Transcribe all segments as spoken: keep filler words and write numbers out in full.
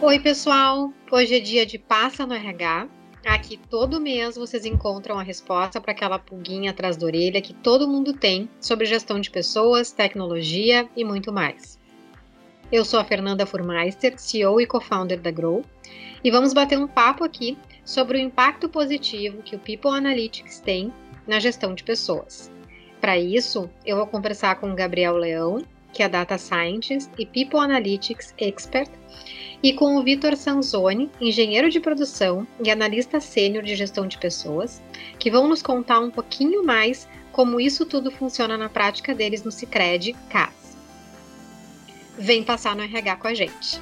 Oi, pessoal! Hoje é dia de Passa no R H. Aqui todo mês vocês encontram a resposta para aquela pulguinha atrás da orelha que todo mundo tem sobre gestão de pessoas, tecnologia e muito mais. Eu sou a Fernanda Furmeister, C E O e co-founder da Grow, e vamos bater um papo aqui sobre o impacto positivo que o People Analytics tem na gestão de pessoas. Para isso, eu vou conversar com o Gabriel Leão, que é Data Scientist e People Analytics Expert, e com o Vitor Sanzoni, engenheiro de produção e analista sênior de gestão de pessoas, que vão nos contar um pouquinho mais como isso tudo funciona na prática deles no Sicredi C A S. Vem passar no R H com a gente.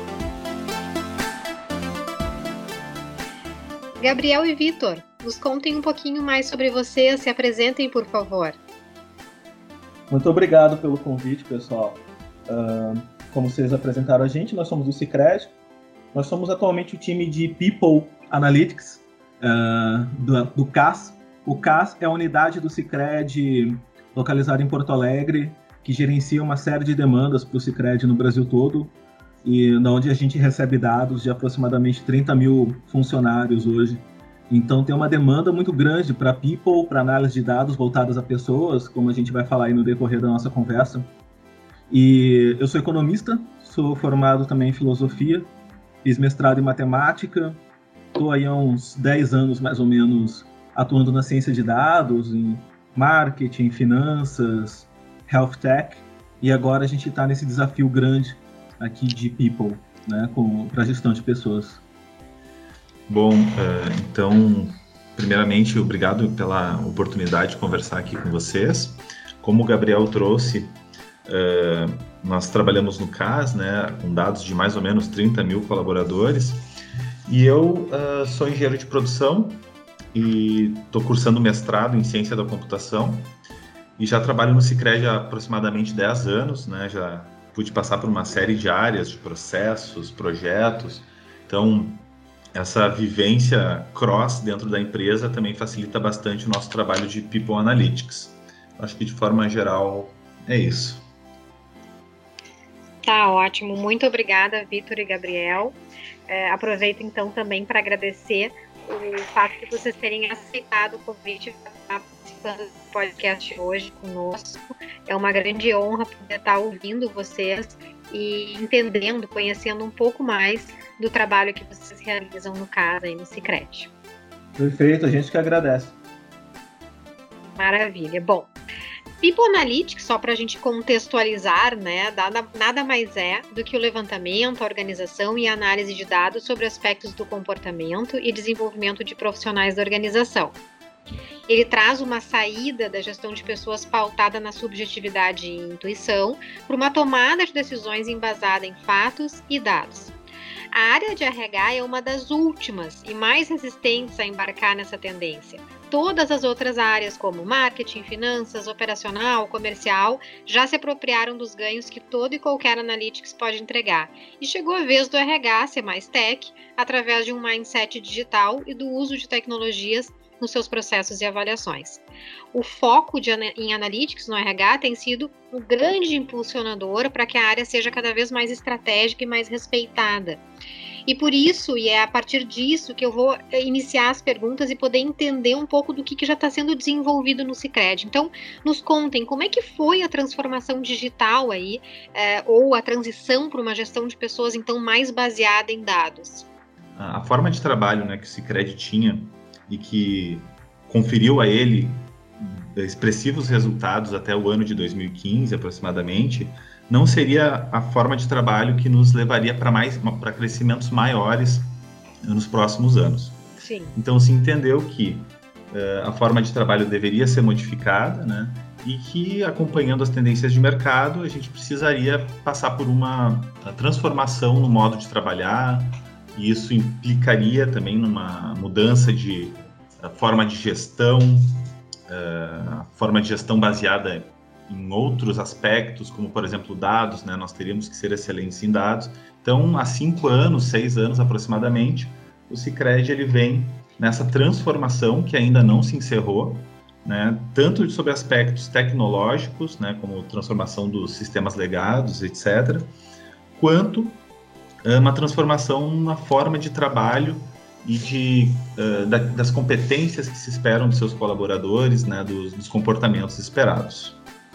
Gabriel e Vitor, nos contem um pouquinho mais sobre vocês, se apresentem, por favor. Muito obrigado pelo convite, pessoal. Uh, como vocês apresentaram a gente, nós somos do Sicredi. Nós somos atualmente o time de People Analytics uh, do, do C A S. O C A S é a unidade do Sicredi localizada em Porto Alegre, que gerencia uma série de demandas para o Sicredi no Brasil todo, e onde a gente recebe dados de aproximadamente trinta mil funcionários hoje. Então tem uma demanda muito grande para People, para análise de dados voltadas a pessoas, como a gente vai falar aí no decorrer da nossa conversa. E eu sou economista, sou formado também em filosofia, fiz mestrado em matemática, estou aí há uns dez anos mais ou menos atuando na ciência de dados, em marketing, finanças, health tech, e agora a gente está nesse desafio grande aqui de People, né, para a gestão de pessoas. Bom, então, primeiramente, obrigado pela oportunidade de conversar aqui com vocês. Como o Gabriel trouxe, nós trabalhamos no C A S, né, com dados de mais ou menos trinta mil colaboradores, e eu sou engenheiro de produção e estou cursando mestrado em ciência da computação e já trabalho no Sicredi há aproximadamente dez anos, né, já pude passar por uma série de áreas, de processos, projetos, então essa vivência cross dentro da empresa também facilita bastante o nosso trabalho de People Analytics. Acho que de forma geral é isso. Tá ótimo, muito obrigada, Vitor e Gabriel. É, aproveito então também para agradecer o fato de vocês terem aceitado o convite para estar participando do podcast hoje conosco. É uma grande honra poder estar ouvindo vocês e entendendo, conhecendo um pouco mais do trabalho que vocês realizam no C A S e no Sicredi. Perfeito, a gente que agradece. Maravilha. Bom, People Analytics, só para a gente contextualizar, né, nada, nada mais é do que o levantamento, a organização e a análise de dados sobre aspectos do comportamento e desenvolvimento de profissionais da organização. Ele traz uma saída da gestão de pessoas pautada na subjetividade e intuição para uma tomada de decisões embasada em fatos e dados. A área de R H é uma das últimas e mais resistentes a embarcar nessa tendência. Todas as outras áreas, como marketing, finanças, operacional, comercial, já se apropriaram dos ganhos que todo e qualquer analytics pode entregar. E chegou a vez do R H ser mais tech, através de um mindset digital e do uso de tecnologias nos seus processos e avaliações. O foco de, em analytics no R H tem sido um grande impulsionador para que a área seja cada vez mais estratégica e mais respeitada. E por isso, e é a partir disso que eu vou iniciar as perguntas e poder entender um pouco do que, que já está sendo desenvolvido no Sicredi. Então, nos contem como é que foi a transformação digital aí, é, ou a transição para uma gestão de pessoas, então, mais baseada em dados. A forma de trabalho, né, que o Sicredi tinha e que conferiu a ele expressivos resultados até o ano de dois mil e quinze, aproximadamente, não seria a forma de trabalho que nos levaria para mais para crescimentos maiores nos próximos anos. Sim. Então se entendeu que uh, a forma de trabalho deveria ser modificada, né, e que, acompanhando as tendências de mercado, a gente precisaria passar por uma transformação no modo de trabalhar, e isso implicaria também numa mudança de uh, forma de gestão, uh, forma de gestão baseada em outros aspectos, como, por exemplo, dados, né? Nós teríamos que ser excelentes em dados. Então, há cinco anos, seis anos aproximadamente, o Sicredi ele vem nessa transformação que ainda não se encerrou, né? Tanto sobre aspectos tecnológicos, né? Como transformação dos sistemas legados, etcétera, quanto uma transformação na forma de trabalho e de, uh, da, das competências que se esperam dos seus colaboradores, né, dos, dos comportamentos esperados.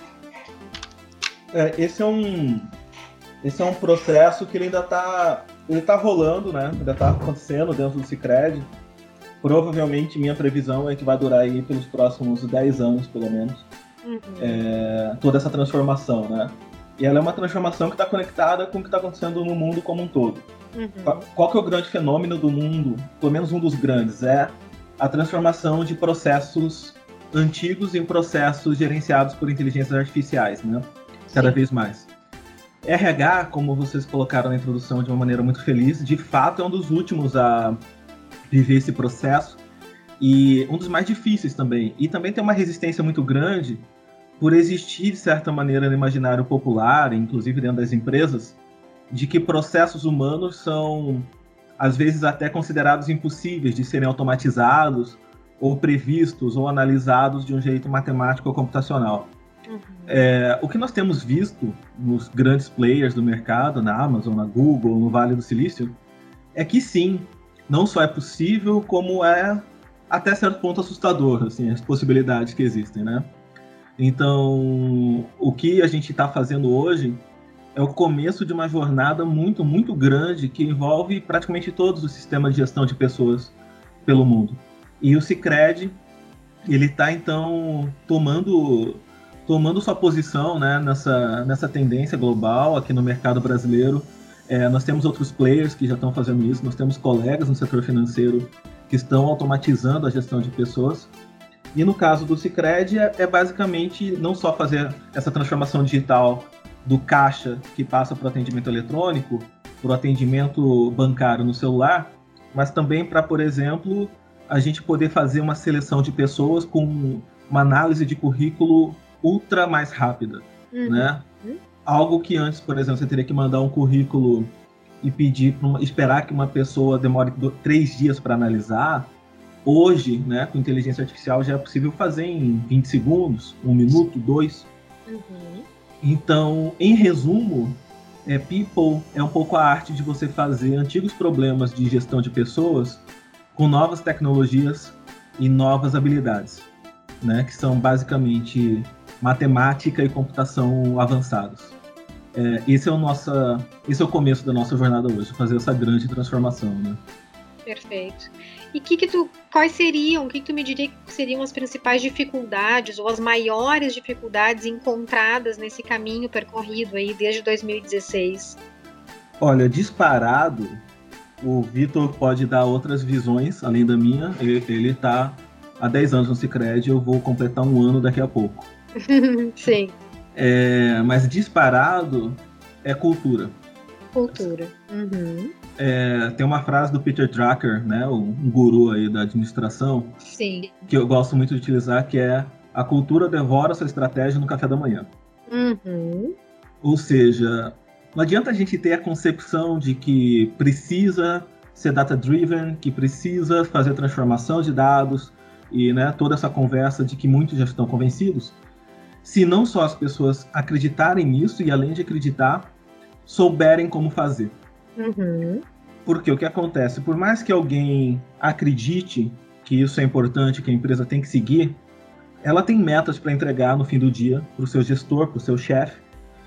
É, esse é um esse é um processo que ele ainda está ele tá rolando, né? Ainda está acontecendo dentro do Sicredi. Provavelmente minha previsão é que vai durar aí pelos próximos dez anos, pelo menos, uhum. é, toda essa transformação, né? E ela é uma transformação que está conectada com o que está acontecendo no mundo como um todo. Uhum. Qual, qual que é o grande fenômeno do mundo, pelo menos um dos grandes, é a transformação de processos antigos em processos gerenciados por inteligências artificiais, né? Cada Sim. vez mais. R H, como vocês colocaram na introdução de uma maneira muito feliz, de fato é um dos últimos a viver esse processo e um dos mais difíceis também. E também tem uma resistência muito grande por existir, de certa maneira, no imaginário popular, inclusive dentro das empresas, de que processos humanos são, às vezes, até considerados impossíveis de serem automatizados ou previstos ou analisados de um jeito matemático ou computacional. Uhum. É, o que nós temos visto nos grandes players do mercado, na Amazon, na Google, no Vale do Silício, é que sim, não só é possível, como é até certo ponto assustador, assim, as possibilidades que existem, né? Então, o que a gente está fazendo hoje é o começo de uma jornada muito, muito grande que envolve praticamente todos os sistemas de gestão de pessoas pelo mundo. E o Sicredi, ele está, então, tomando, tomando sua posição, né, nessa, nessa tendência global aqui no mercado brasileiro. É, nós temos outros players que já estão fazendo isso, nós temos colegas no setor financeiro que estão automatizando a gestão de pessoas. E no caso do Sicredi, é, é basicamente não só fazer essa transformação digital do caixa que passa para o atendimento eletrônico, para o atendimento bancário no celular, mas também para, por exemplo, a gente poder fazer uma seleção de pessoas com uma análise de currículo ultra mais rápida, uhum. né? Algo que antes, por exemplo, você teria que mandar um currículo e pedir, uma, esperar que uma pessoa demore do, três dias para analisar. Hoje, né, com inteligência artificial, já é possível fazer em vinte segundos, um minuto, dois. Uhum. Então, em resumo, é, People é um pouco a arte de você fazer antigos problemas de gestão de pessoas com novas tecnologias e novas habilidades, né, que são basicamente matemática e computação avançados. É, esse, é o nossa, esse é o começo da nossa jornada hoje, fazer essa grande transformação, né? Perfeito. E que que tu, quais seriam, o que, que tu me diria que seriam as principais dificuldades ou as maiores dificuldades encontradas nesse caminho percorrido aí desde dois mil e dezesseis? Olha, disparado, o Vitor pode dar outras visões além da minha. Ele está há dez anos no Sicredi, eu vou completar um ano daqui a pouco. Sim. É, mas disparado é cultura. Cultura. Uhum. É, tem uma frase do Peter Drucker, né, um guru aí da administração, Sim. que eu gosto muito de utilizar, que é: a cultura devora sua estratégia no café da manhã. Uhum. Ou seja, não adianta a gente ter a concepção de que precisa ser data-driven, que precisa fazer transformação de dados e, né, toda essa conversa de que muitos já estão convencidos, se não só as pessoas acreditarem nisso e, além de acreditar, souberem como fazer. Uhum. Porque o que acontece? Por mais que alguém acredite que isso é importante, que a empresa tem que seguir, ela tem metas para entregar no fim do dia para o seu gestor, para o seu chefe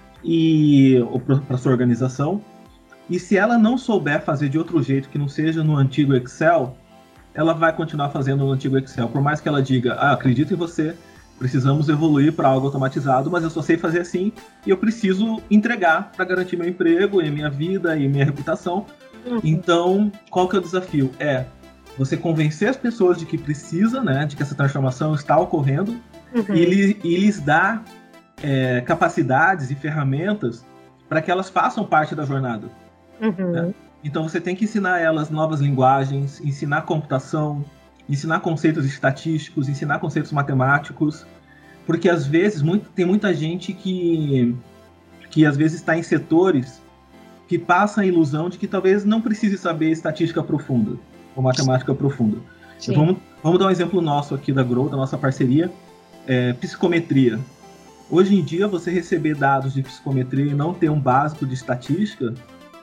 e para a sua organização. E se ela não souber fazer de outro jeito que não seja no antigo Excel, ela vai continuar fazendo no antigo Excel. Por mais que ela diga: ah, acredito em você, precisamos evoluir para algo automatizado, mas eu só sei fazer assim e eu preciso entregar para garantir meu emprego e minha vida e minha reputação. Uhum. Então, qual que é o desafio? É você convencer as pessoas de que precisa, né, de que essa transformação está ocorrendo, uhum. e, lhe, e lhes dar é, capacidades e ferramentas para que elas façam parte da jornada. Uhum. Né? Então, você tem que ensinar elas novas linguagens, ensinar computação, ensinar conceitos estatísticos, ensinar conceitos matemáticos, porque às vezes muito, tem muita gente que, que às vezes está em setores que passa a ilusão de que talvez não precise saber estatística profunda ou matemática profunda. Vamos, vamos dar um exemplo nosso aqui da Grow, da nossa parceria, é, psicometria. Hoje em dia, você receber dados de psicometria e não ter um básico de estatística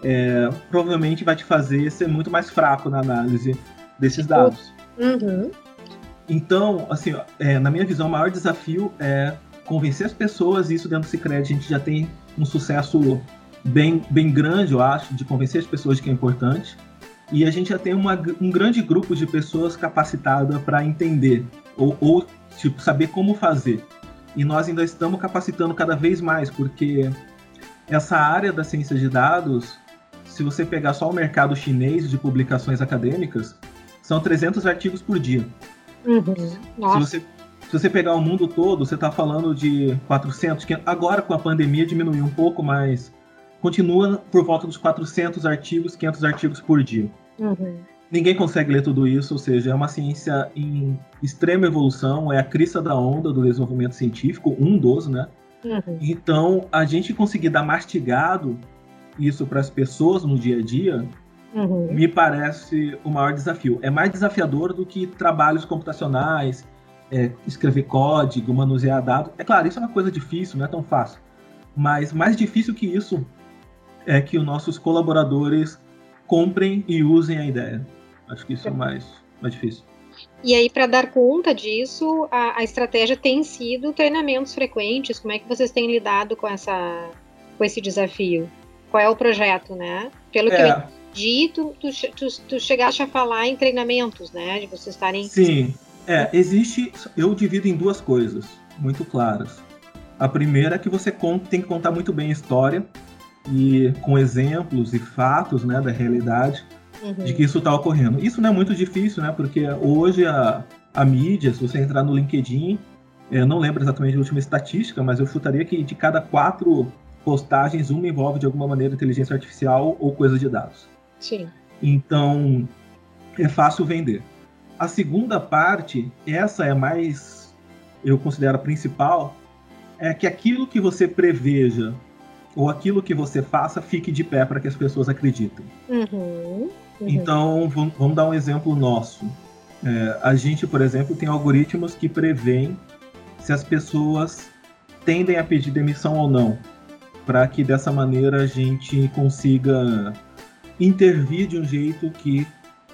é, provavelmente vai te fazer ser muito mais fraco na análise desses dados. Uhum. Então, assim, é, na minha visão, o maior desafio é convencer as pessoas, e isso dentro do Sicredi a gente já tem um sucesso bem, bem grande, eu acho, de convencer as pessoas de que é importante. E a gente já tem uma, um grande grupo de pessoas capacitadas para entender, ou, ou tipo, saber como fazer. E nós ainda estamos capacitando cada vez mais, porque essa área da ciência de dados, se você pegar só o mercado chinês de publicações acadêmicas, são trezentos artigos por dia. Uhum. Se você, se você pegar o mundo todo, você está falando de quatrocentos, que agora com a pandemia diminuiu um pouco, mas continua por volta dos quatrocentos artigos, quinhentos artigos por dia. Uhum. Ninguém consegue ler tudo isso, ou seja, é uma ciência em extrema evolução, é a crista da onda do desenvolvimento científico, um dos, né? Uhum. Então, a gente conseguir dar mastigado isso para as pessoas no dia a dia, uhum. me parece o maior desafio. É mais desafiador do que trabalhos computacionais, é, escrever código, manusear dados. É claro, isso é uma coisa difícil, não é tão fácil. Mas mais difícil que isso é que os nossos colaboradores comprem e usem a ideia. Acho que isso é mais, mais difícil. E aí, para dar conta disso, a, a estratégia tem sido treinamentos frequentes. Como é que vocês têm lidado com, essa, com esse desafio? Qual é o projeto, né? Pelo é. que eu entendi, tu, tu, tu, tu chegaste a falar em treinamentos, né? De vocês estarem... Sim. É, existe... Eu divido em duas coisas muito claras. A primeira é que você tem que contar muito bem a história e com exemplos e fatos, né, da realidade, uhum. de que isso está ocorrendo. Isso não é muito difícil, né, porque hoje a, a mídia, se você entrar no LinkedIn, eu não lembro exatamente a última estatística, mas eu chutaria que de cada quatro postagens, uma envolve de alguma maneira inteligência artificial ou coisa de dados. Sim. Então, é fácil vender. A segunda parte, essa é mais, eu considero a principal, é que aquilo que você preveja ou aquilo que você faça fique de pé para que as pessoas acreditem. Uhum, uhum. Então, vamos, vamos dar um exemplo nosso. É, a gente, por exemplo, tem algoritmos que preveem se as pessoas tendem a pedir demissão ou não, para que dessa maneira a gente consiga intervir de um jeito que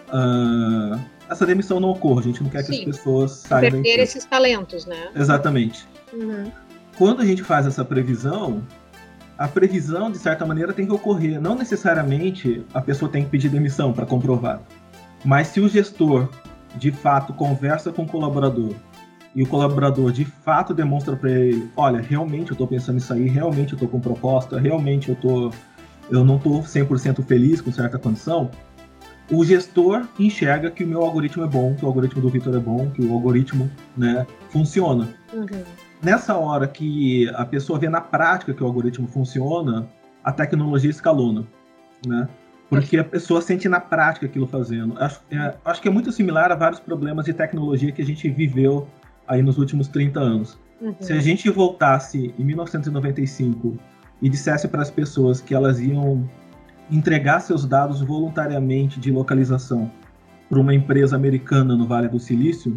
uh, essa demissão não ocorra. A gente não quer Sim. que as pessoas saiam da empresa. Perder esses talentos, né? Exatamente. Uhum. Quando a gente faz essa previsão, a previsão, de certa maneira, tem que ocorrer. Não necessariamente a pessoa tem que pedir demissão para comprovar. Mas se o gestor, de fato, conversa com o colaborador e o colaborador, de fato, demonstra para ele, olha, realmente eu estou pensando nisso aí, realmente eu estou com proposta, realmente eu, tô, eu não estou cem por cento feliz com certa condição, o gestor enxerga que o meu algoritmo é bom, que o algoritmo do Vitor é bom, que o algoritmo, né, funciona. Uhum. Nessa hora que a pessoa vê na prática que o algoritmo funciona, a tecnologia escalona, né? Porque a pessoa sente na prática aquilo fazendo. Acho, é, acho que é muito similar a vários problemas de tecnologia que a gente viveu aí nos últimos trinta anos. Uhum. Se a gente voltasse em mil novecentos e noventa e cinco e dissesse para as pessoas que elas iam entregar seus dados voluntariamente de localização para uma empresa americana no Vale do Silício,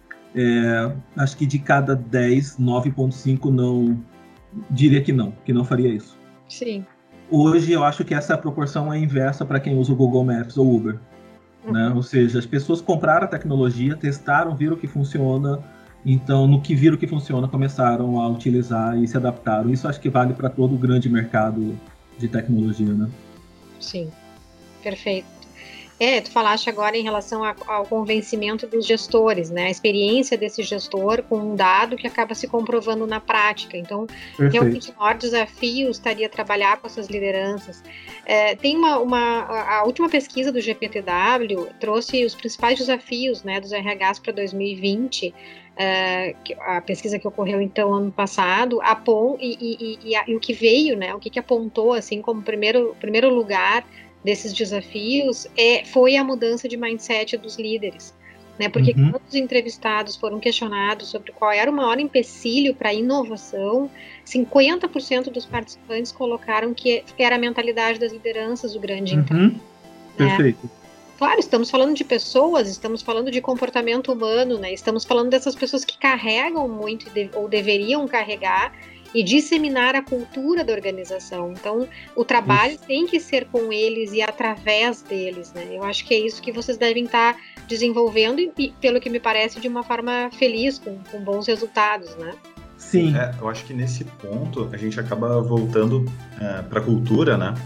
É, acho que de cada dez, nove vírgula cinco não diria que não, que não faria isso. Sim. Hoje eu acho que essa proporção é inversa para quem usa o Google Maps ou Uber. Uhum. Né? Ou seja, as pessoas compraram a tecnologia, testaram, viram que funciona, então no que viram que funciona começaram a utilizar e se adaptaram. Isso acho que vale para todo o grande mercado de tecnologia, né? Sim, perfeito. É, tu falaste agora em relação a, ao convencimento dos gestores, né? A experiência desse gestor com um dado que acaba se comprovando na prática. Então, Perfeito. realmente o maior desafio estaria trabalhar com essas lideranças. É, tem uma, uma... A última pesquisa do G P T W trouxe os principais desafios, né, dos R Hs para dois mil e vinte, é, a pesquisa que ocorreu, então, ano passado, apon, e, e, e, a, e o que veio, né, o que, que apontou, assim, como primeiro, primeiro lugar desses desafios é, foi a mudança de mindset dos líderes, né? Porque uhum. quando os entrevistados foram questionados sobre qual era o maior empecilho para a inovação, cinquenta por cento dos participantes colocaram que era a mentalidade das lideranças o grande uhum. entrave. Perfeito. Né? Claro, estamos falando de pessoas, estamos falando de comportamento humano, né? Estamos falando dessas pessoas que carregam muito de, ou deveriam carregar, e disseminar a cultura da organização. Então, o trabalho isso. tem que ser com eles e através deles, né? Eu acho que é isso que vocês devem estar desenvolvendo e, pelo que me parece, de uma forma feliz, com, com bons resultados, né? Sim. É, eu acho que nesse ponto a gente acaba voltando é, para a cultura, né?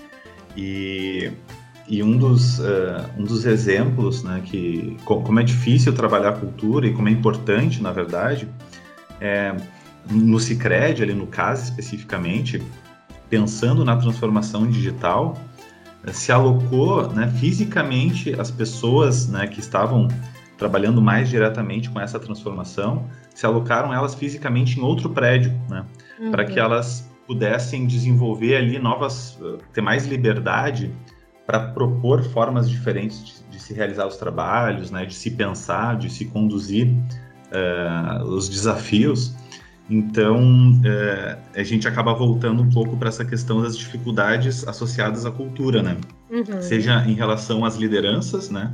E, e um, dos, uh, um dos exemplos, né, que como é difícil trabalhar a cultura e como é importante, na verdade, é, no Sicredi, ali no CAS especificamente, pensando na transformação digital, se alocou, né, fisicamente as pessoas, né, que estavam trabalhando mais diretamente com essa transformação, se alocaram elas fisicamente em outro prédio, né, uhum. para que elas pudessem desenvolver ali novas, ter mais liberdade para propor formas diferentes de, de se realizar os trabalhos, né, de se pensar, de se conduzir uh, os desafios. Então, uh, a gente acaba voltando um pouco para essa questão das dificuldades associadas à cultura, né? Uhum. Seja em relação às lideranças, né?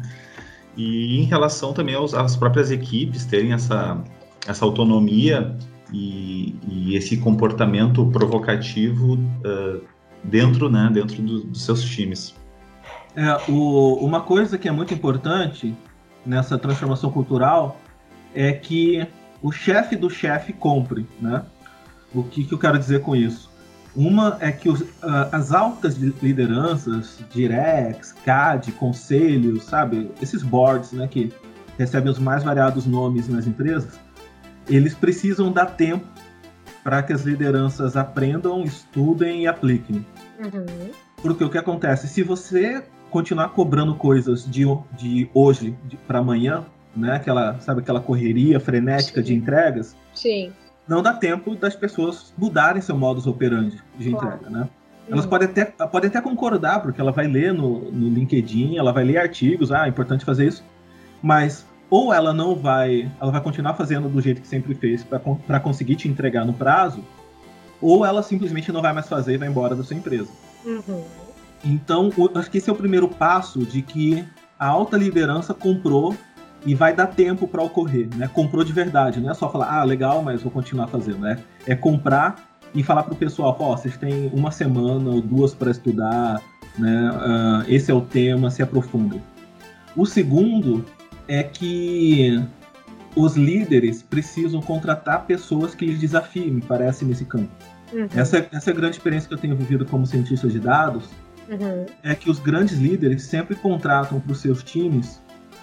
E em relação também aos, às próprias equipes terem essa, essa autonomia e, e esse comportamento provocativo uh, dentro, né, dentro do, dos seus times. É, o, uma coisa que é muito importante nessa transformação cultural é que o chefe do chefe compre, né? O que, que eu quero dizer com isso? Uma é que os, uh, as altas lideranças, directs, C A D, conselhos, sabe? Esses boards, né, que recebem os mais variados nomes nas empresas, eles precisam dar tempo para que as lideranças aprendam, estudem e apliquem. Uhum. Porque o que acontece? Se você continuar cobrando coisas de, de hoje para amanhã, né? Aquela, sabe, aquela correria frenética Sim. de entregas, Sim. não dá tempo das pessoas mudarem seu modus operandi de claro. entrega, né? Elas hum. podem, até, podem até concordar, porque ela vai ler no, no LinkedIn, ela vai ler artigos, ah, é importante fazer isso, mas ou ela não vai, ela vai continuar fazendo do jeito que sempre fez para conseguir te entregar no prazo, ou ela simplesmente não vai mais fazer e vai embora da sua empresa. Uhum. Então, acho que esse é o primeiro passo de que a alta liderança comprou e vai dar tempo para ocorrer, né? Comprou de verdade, não é só falar, ah, legal, mas vou continuar fazendo, né? É comprar e falar para o pessoal, ó, vocês têm uma semana ou duas para estudar, né? Uh, esse é o tema, se aprofundem. O segundo é que os líderes precisam contratar pessoas que lhes desafiem, me parece, nesse campo. Uhum. Essa, essa é a grande experiência que eu tenho vivido como cientista de dados, uhum. é que os grandes líderes sempre contratam para os seus times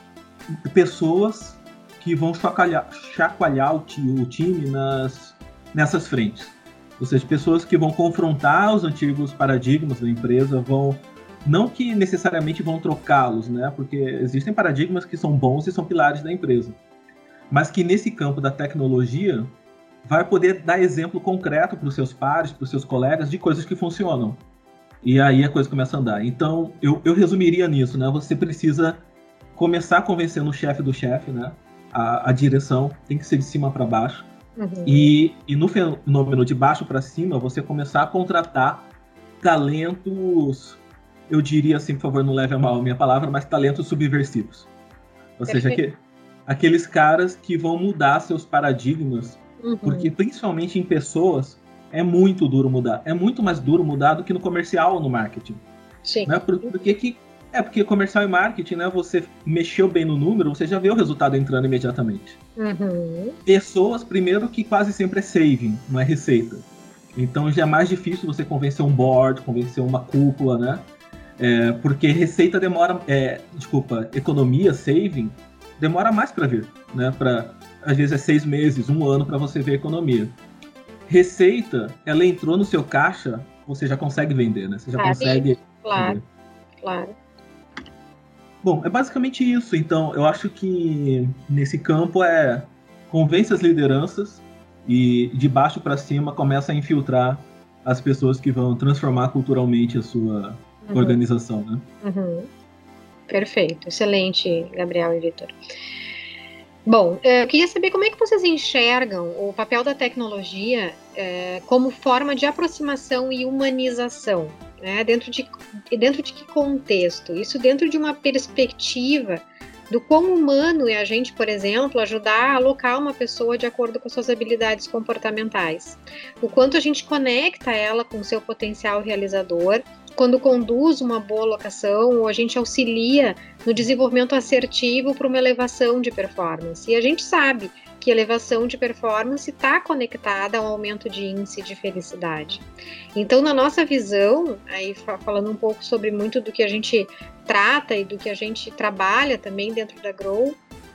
pessoas que vão chacoalhar, chacoalhar o, o time nas, nessas frentes. Ou seja, pessoas que vão confrontar os antigos paradigmas da empresa, vão, não que necessariamente vão trocá-los, né? Porque existem paradigmas que são bons e são pilares da empresa, mas que nesse campo da tecnologia vai poder dar exemplo concreto para os seus pares, para os seus colegas, de coisas que funcionam. E aí a coisa começa a andar. Então, eu, eu resumiria nisso, né? Você precisa começar convencendo o chefe do chefe, né? A, a direção tem que ser de cima para baixo. Uhum. E, e no fenômeno de baixo para cima, você começar a contratar talentos, eu diria assim, por favor, não leve a mal a minha palavra, mas talentos subversivos. Ou seja, que, aqueles caras que vão mudar seus paradigmas, uhum. porque principalmente em pessoas é muito duro mudar. É muito mais duro mudar do que no comercial ou no marketing. Sim. Né? Por, porque que É, porque comercial e marketing, né, você mexeu bem no número, você já vê o resultado entrando imediatamente. Uhum. Pessoas, primeiro, que quase sempre é saving, não é receita. Então já é mais difícil você convencer um board, convencer uma cúpula, né? É, porque receita demora, é, desculpa, economia, saving, demora mais para vir, né? Pra, às vezes é seis meses, um ano para você ver a economia. Receita, ela entrou no seu caixa, você já consegue vender, né? Você já ah, consegue... Claro, vender. claro. Bom, é basicamente isso. Então, eu acho que nesse campo é convence as lideranças e de baixo para cima começa a infiltrar as pessoas que vão transformar culturalmente a sua uhum. organização, né? Uhum. Perfeito, excelente, Gabriel e Vitor. Bom, eu queria saber como é que vocês enxergam o papel da tecnologia é, como forma de aproximação e humanização. Né, dentro, de, dentro de que contexto? Isso dentro de uma perspectiva do quão humano é a gente, por exemplo, ajudar a alocar uma pessoa de acordo com as suas habilidades comportamentais. O quanto a gente conecta ela com o seu potencial realizador, quando conduz uma boa alocação, ou a gente auxilia no desenvolvimento assertivo para uma elevação de performance. E a gente sabe que elevação de performance está conectada ao aumento de índice de felicidade. Então, na nossa visão, aí falando um pouco sobre muito do que a gente trata e do que a gente trabalha também dentro da Grow,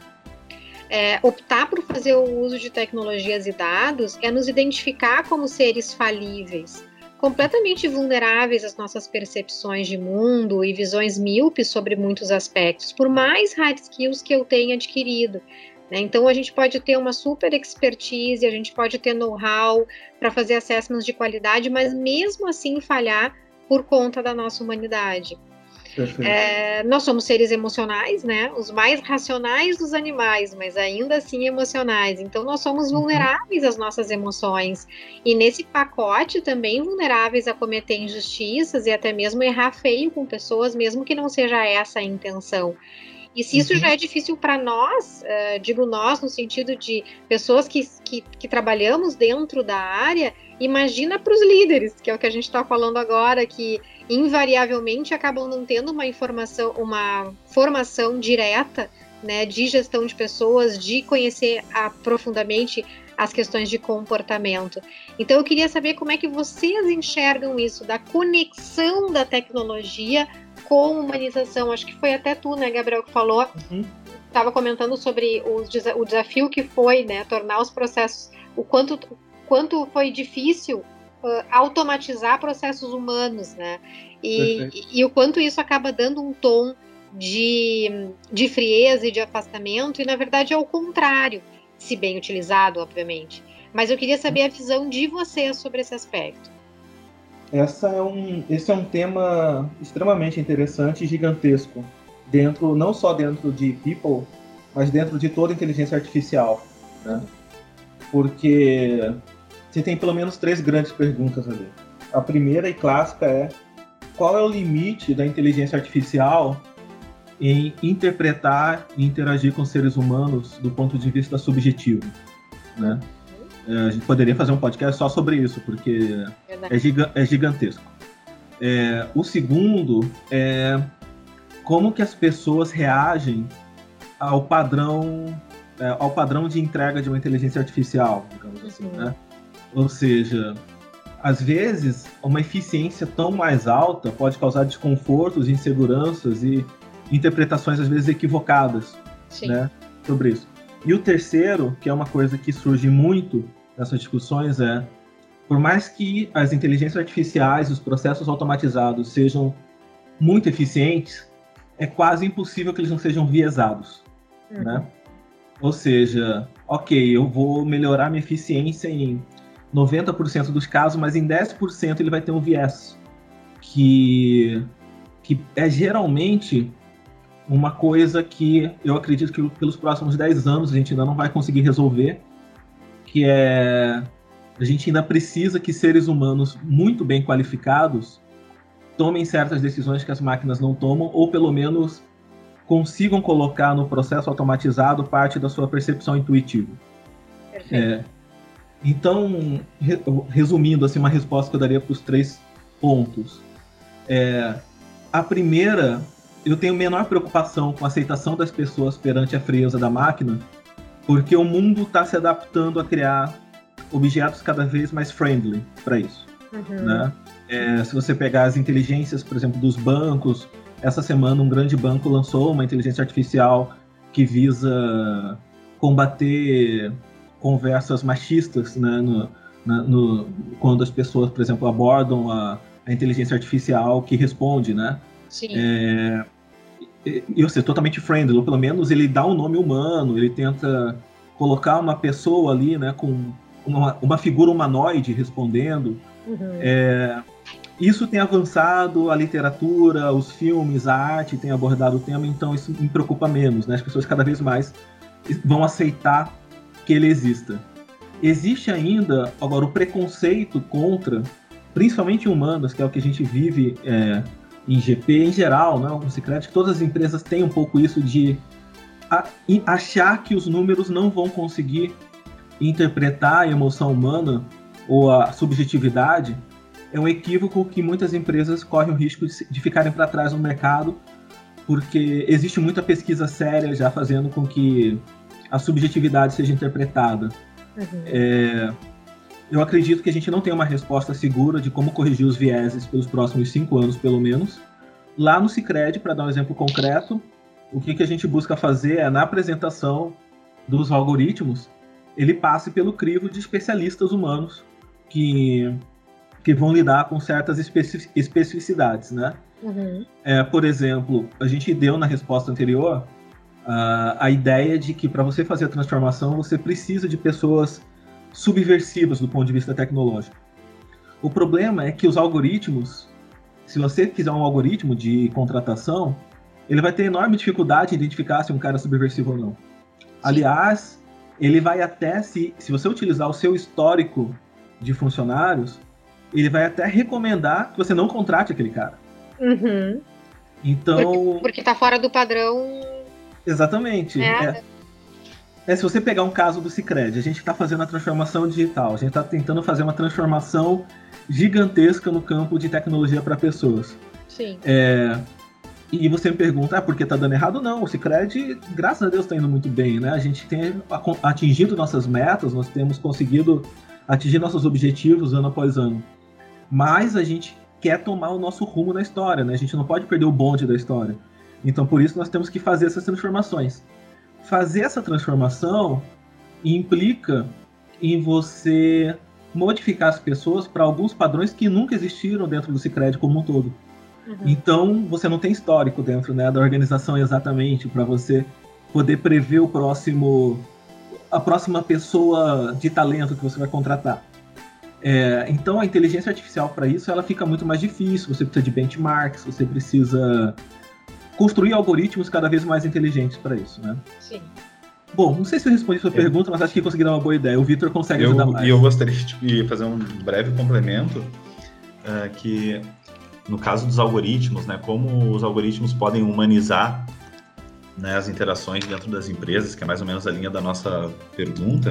é, optar por fazer o uso de tecnologias e dados é nos identificar como seres falíveis, completamente vulneráveis às nossas percepções de mundo e visões míopes sobre muitos aspectos, por mais hard skills que eu tenha adquirido. Então, a gente pode ter uma super expertise, a gente pode ter know-how para fazer assessments de qualidade, mas mesmo assim falhar por conta da nossa humanidade. É, nós somos seres emocionais, né? Os mais racionais dos animais, mas ainda assim emocionais. Então, nós somos vulneráveis às nossas emoções. E nesse pacote também vulneráveis a cometer injustiças e até mesmo errar feio com pessoas, mesmo que não seja essa a intenção. E se isso uhum. já é difícil para nós, uh, digo nós no sentido de pessoas que, que, que trabalhamos dentro da área, imagina para os líderes, que é o que a gente está falando agora, que invariavelmente acabam não tendo uma informação, uma formação direta, né, de gestão de pessoas, de conhecer ah, profundamente as questões de comportamento. Então eu queria saber como é que vocês enxergam isso, da conexão da tecnologia com humanização. Acho que foi até tu, né, Gabriel, que falou, estava uhum. comentando sobre o, o desafio que foi, né, tornar os processos, o quanto, quanto foi difícil uh, automatizar processos humanos, né, e, e, e o quanto isso acaba dando um tom de, de frieza e de afastamento, e na verdade é o contrário, se bem utilizado, obviamente. Mas eu queria saber a visão de vocês sobre esse aspecto. Essa é um, esse é um tema extremamente interessante e gigantesco, dentro, não só dentro de People, mas dentro de toda a inteligência artificial, né? Porque você tem pelo menos três grandes perguntas ali. A primeira e clássica é: qual é o limite da inteligência artificial em interpretar e interagir com seres humanos do ponto de vista subjetivo, né? A gente poderia fazer um podcast só sobre isso, porque é, giga- é gigantesco. É, o segundo é como que as pessoas reagem ao padrão, é, ao padrão de entrega de uma inteligência artificial, digamos assim, uhum. né? Ou seja, às vezes, uma eficiência tão mais alta pode causar desconfortos, inseguranças e interpretações, às vezes, equivocadas, né, sobre isso. E o terceiro, que é uma coisa que surge muito nessas discussões, é: por mais que as inteligências artificiais, os processos automatizados sejam muito eficientes, é quase impossível que eles não sejam viesados, uhum. né? Ou seja, ok, eu vou melhorar minha eficiência em noventa por cento dos casos, mas em dez por cento ele vai ter um viés, que, que é geralmente uma coisa que eu acredito que pelos próximos dez anos a gente ainda não vai conseguir resolver, que é: a gente ainda precisa que seres humanos muito bem qualificados tomem certas decisões que as máquinas não tomam, ou pelo menos consigam colocar no processo automatizado parte da sua percepção intuitiva. É, então, re, resumindo, assim, uma resposta que eu daria para os três pontos. É, a primeira, eu tenho menor preocupação com a aceitação das pessoas perante a frieza da máquina, porque o mundo está se adaptando a criar objetos cada vez mais friendly para isso. Uhum. Né? É, se você pegar as inteligências, por exemplo, dos bancos, essa semana um grande banco lançou uma inteligência artificial que visa combater conversas machistas, né, no, na, no, quando as pessoas, por exemplo, abordam a, a inteligência artificial que responde, né? Sim. É, e, ou seja, totalmente friendly, ou pelo menos ele dá um nome humano, ele tenta colocar uma pessoa ali, né, com uma, uma figura humanoide respondendo. Uhum. É, isso tem avançado, a literatura, os filmes, a arte tem abordado o tema, então isso me preocupa menos, né? As pessoas cada vez mais vão aceitar que ele exista. Existe ainda, agora, o preconceito contra, principalmente humanas, que é o que a gente vive é, em G P em geral, né? O Cicred, que todas as empresas têm um pouco isso de a, achar que os números não vão conseguir interpretar a emoção humana ou a subjetividade é um equívoco que muitas empresas correm o risco de, de ficarem para trás no mercado, porque existe muita pesquisa séria já fazendo com que a subjetividade seja interpretada. Uhum. É, eu acredito que a gente não tem uma resposta segura de como corrigir os vieses pelos próximos cinco anos, pelo menos. Lá no Sicredi, para dar um exemplo concreto, o que, que a gente busca fazer é, na apresentação dos algoritmos, ele passe pelo crivo de especialistas humanos que, que vão lidar com certas especi- especificidades, né? Uhum. É, por exemplo, a gente deu na resposta anterior uh, a ideia de que para você fazer a transformação você precisa de pessoas subversivas do ponto de vista tecnológico. O problema é que os algoritmos, se você fizer um algoritmo de contratação, ele vai ter enorme dificuldade em identificar se um cara é subversivo ou não. Sim. Aliás, ele vai até, se, se você utilizar o seu histórico de funcionários, ele vai até recomendar que você não contrate aquele cara. Uhum. Então... Porque, porque tá fora do padrão... Exatamente. É. É. É, se você pegar um caso do Sicredi, a gente está fazendo a transformação digital, a gente está tentando fazer uma transformação gigantesca no campo de tecnologia para pessoas. Sim. É, e você me pergunta, ah, por que está dando errado? Não, o Sicredi, graças a Deus, está indo muito bem, né? A gente tem atingido nossas metas, nós temos conseguido atingir nossos objetivos ano após ano. Mas a gente quer tomar o nosso rumo na história, né? A gente não pode perder o bonde da história. Então, por isso, nós temos que fazer essas transformações. Fazer essa transformação implica em você modificar as pessoas para alguns padrões que nunca existiram dentro do Sicredi como um todo. Uhum. Então, você não tem histórico dentro, né, da organização exatamente para você poder prever o próximo, a próxima pessoa de talento que você vai contratar. É, então, a inteligência artificial para isso ela fica muito mais difícil. Você precisa de benchmarks, você precisa construir algoritmos cada vez mais inteligentes para isso, né? Sim. Bom, não sei se eu respondi a sua é. pergunta, mas acho que consegui dar uma boa ideia. O Vitor consegue eu, ajudar mais. E eu gostaria de fazer um breve complemento, uh, que no caso dos algoritmos, né, como os algoritmos podem humanizar, né, as interações dentro das empresas, que é mais ou menos a linha da nossa pergunta,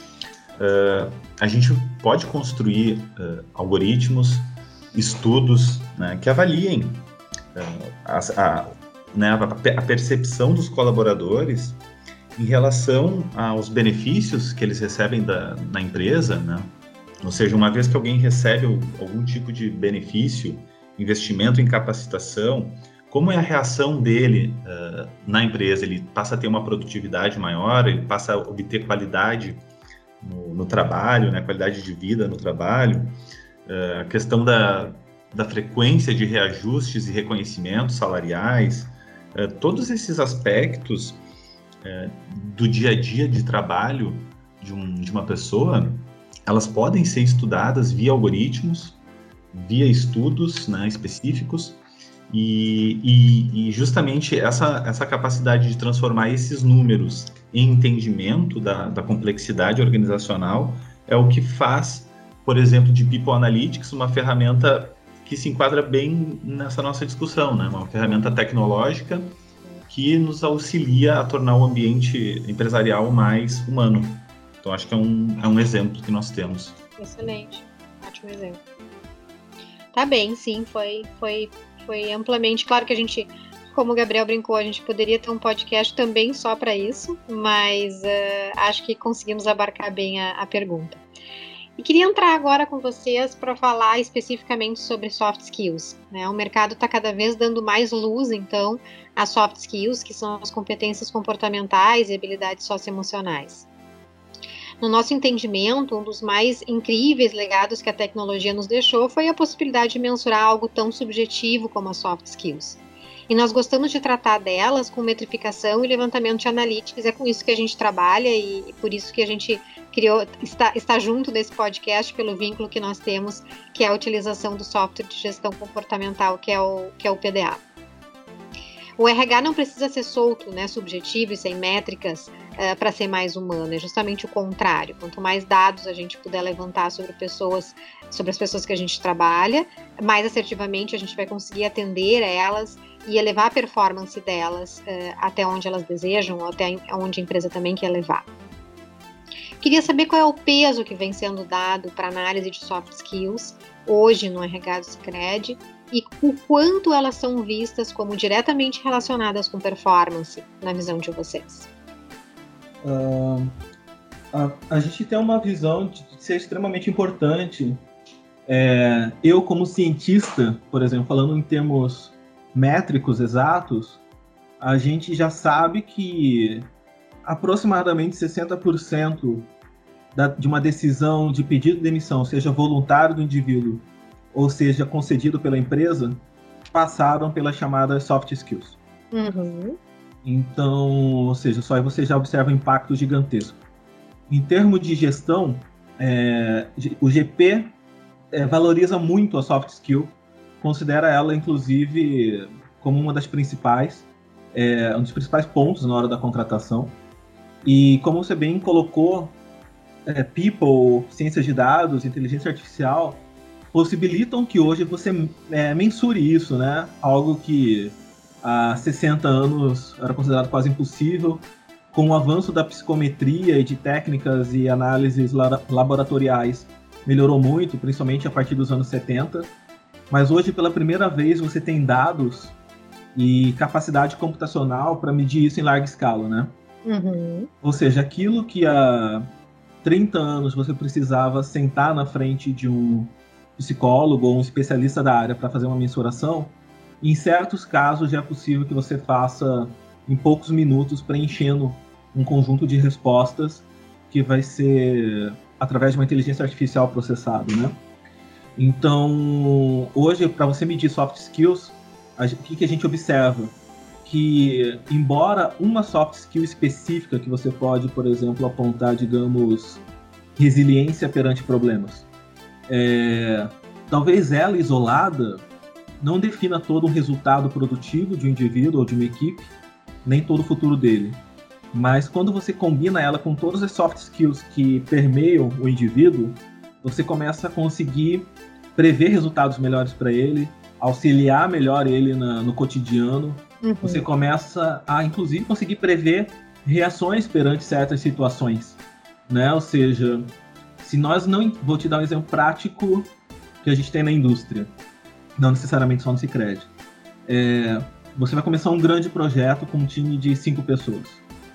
uh, a gente pode construir uh, algoritmos, estudos, né, que avaliem uh, as, a Né, a percepção dos colaboradores em relação aos benefícios que eles recebem da, na empresa, né? Ou seja, uma vez que alguém recebe algum tipo de benefício, investimento em capacitação, como é a reação dele uh, na empresa? Ele passa a ter uma produtividade maior, ele passa a obter qualidade no, no trabalho, né? Qualidade de vida no trabalho, uh, a questão da, da frequência de reajustes e reconhecimentos salariais. Uh, todos esses aspectos uh, do dia a dia de trabalho de, um, de uma pessoa, elas podem ser estudadas via algoritmos, via estudos, né, específicos, e, e, e justamente essa, essa capacidade de transformar esses números em entendimento da, da complexidade organizacional é o que faz, por exemplo, de People Analytics uma ferramenta que se enquadra bem nessa nossa discussão, né? Uma ferramenta tecnológica que nos auxilia a tornar o ambiente empresarial mais humano. Então, acho que é um, é um exemplo que nós temos. Excelente, ótimo exemplo. Tá bem, sim, foi, foi, foi amplamente. Claro que a gente, como o Gabriel brincou, a gente poderia ter um podcast também só para isso, mas uh, acho que conseguimos abarcar bem a, a pergunta. E queria entrar agora com vocês para falar especificamente sobre soft skills, né? O mercado está cada vez dando mais luz, então, a soft skills, que são as competências comportamentais e habilidades socioemocionais. No nosso entendimento, um dos mais incríveis legados que a tecnologia nos deixou foi a possibilidade de mensurar algo tão subjetivo como as soft skills. E nós gostamos de tratar delas com metrificação e levantamento de analytics, é com isso que a gente trabalha e, e por isso que a gente criou, está, está junto desse podcast pelo vínculo que nós temos, que é a utilização do software de gestão comportamental, que é o, que é o P D A. O R H não precisa ser solto, né, subjetivo e sem métricas uh, para ser mais humana, é justamente o contrário. Quanto mais dados a gente puder levantar sobre pessoas, sobre as pessoas que a gente trabalha, mais assertivamente a gente vai conseguir atender a elas e elevar a performance delas uh, até onde elas desejam, ou até onde a empresa também quer levar. Queria saber qual é o peso que vem sendo dado para análise de soft skills hoje no R H do Sicredi e o quanto elas são vistas como diretamente relacionadas com performance, na visão de vocês. Uh, a, a gente tem uma visão de ser extremamente importante. É, eu, como cientista, por exemplo, falando em termos métricos exatos, a gente já sabe que aproximadamente sessenta por cento da, de uma decisão de pedido de demissão, seja voluntário do indivíduo ou seja concedido pela empresa, passaram pelas chamadas soft skills. Uhum. Então, ou seja, só aí você já observa um impacto gigantesco. Em termos de gestão, é, o G P é, valoriza muito a soft skill, considera ela, inclusive, como uma das principais, é, um dos principais pontos na hora da contratação. E como você bem colocou, é, people, ciências de dados, inteligência artificial, possibilitam que hoje você é, mensure isso, né? Algo que há sessenta anos era considerado quase impossível. Com o avanço da psicometria e de técnicas e análises laboratoriais, melhorou muito, principalmente a partir dos anos setenta. Mas hoje, pela primeira vez, você tem dados e capacidade computacional para medir isso em larga escala, né? Uhum. Ou seja, aquilo que há trinta anos você precisava sentar na frente de um psicólogo ou um especialista da área para fazer uma mensuração, em certos casos já é possível que você faça em poucos minutos, preenchendo um conjunto de respostas que vai ser através de uma inteligência artificial processado, né? Então, hoje, para você medir soft skills, o que, que a gente observa? Que, embora uma soft skill específica que você pode, por exemplo, apontar, digamos, resiliência perante problemas, é, talvez ela isolada não defina todo o resultado produtivo de um indivíduo ou de uma equipe, nem todo o futuro dele. Mas quando você combina ela com todas as soft skills que permeiam o indivíduo, você começa a conseguir prever resultados melhores para ele, auxiliar melhor ele na, no cotidiano. Uhum. Você começa a, inclusive, conseguir prever reações perante certas situações, né? Ou seja, se nós não... Vou te dar um exemplo prático que a gente tem na indústria, não necessariamente só no Sicredi. É, você vai começar um grande projeto com um time de cinco pessoas.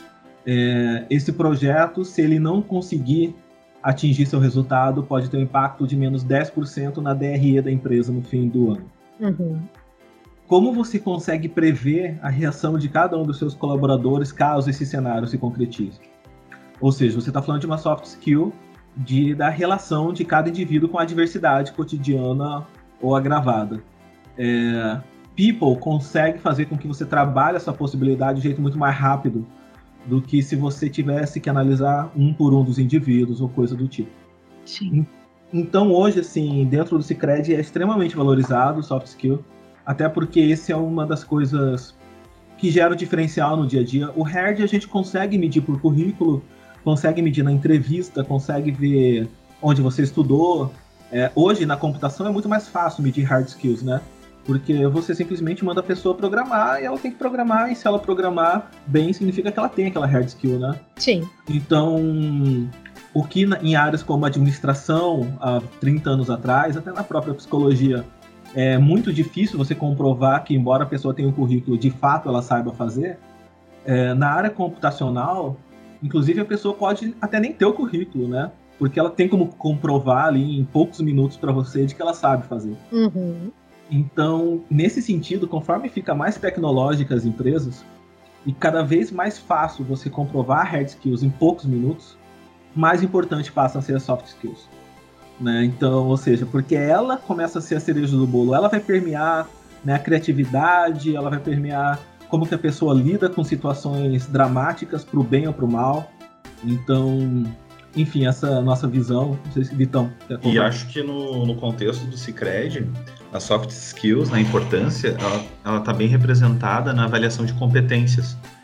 É, esse projeto, se ele não conseguir atingir seu resultado, pode ter um impacto de menos dez por cento na D R E da empresa no fim do ano. Uhum. Como você consegue prever a reação de cada um dos seus colaboradores caso esse cenário se concretize? Ou seja, você está falando de uma soft skill de, da relação de cada indivíduo com a adversidade cotidiana ou agravada. É, People consegue fazer com que você trabalhe essa possibilidade de jeito muito mais rápido do que se você tivesse que analisar um por um dos indivíduos ou coisa do tipo. Sim. Então, hoje, assim, dentro do Sicredi é extremamente valorizado o soft skill, até porque esse é uma das coisas que gera o diferencial no dia a dia. O hard a gente consegue medir por currículo, consegue medir na entrevista, consegue ver onde você estudou. É, hoje, na computação, é muito mais fácil medir hard skills, né? Porque você simplesmente manda a pessoa programar e ela tem que programar, e se ela programar bem, significa que ela tem aquela hard skill, né? Sim. Então, o que em áreas como administração, há trinta anos atrás, até na própria psicologia, é muito difícil você comprovar que, embora a pessoa tenha um currículo, de fato ela saiba fazer, é, na área computacional, inclusive a pessoa pode até nem ter o currículo, né? Porque ela tem como comprovar ali em poucos minutos para você de que ela sabe fazer. Uhum. Então, nesse sentido, conforme fica mais tecnológica as empresas e cada vez mais fácil você comprovar hard skills em poucos minutos, mais importante passam a ser as soft skills, né? Então, ou seja, porque ela começa a ser a cereja do bolo, ela vai permear, né, a criatividade, ela vai permear como que a pessoa lida com situações dramáticas para o bem ou para o mal. Então, enfim, essa nossa visão, não sei se Vitão quer contar. E acho que no, no contexto do Sicredi, a soft skills, na importância, ela está bem representada na avaliação de competências.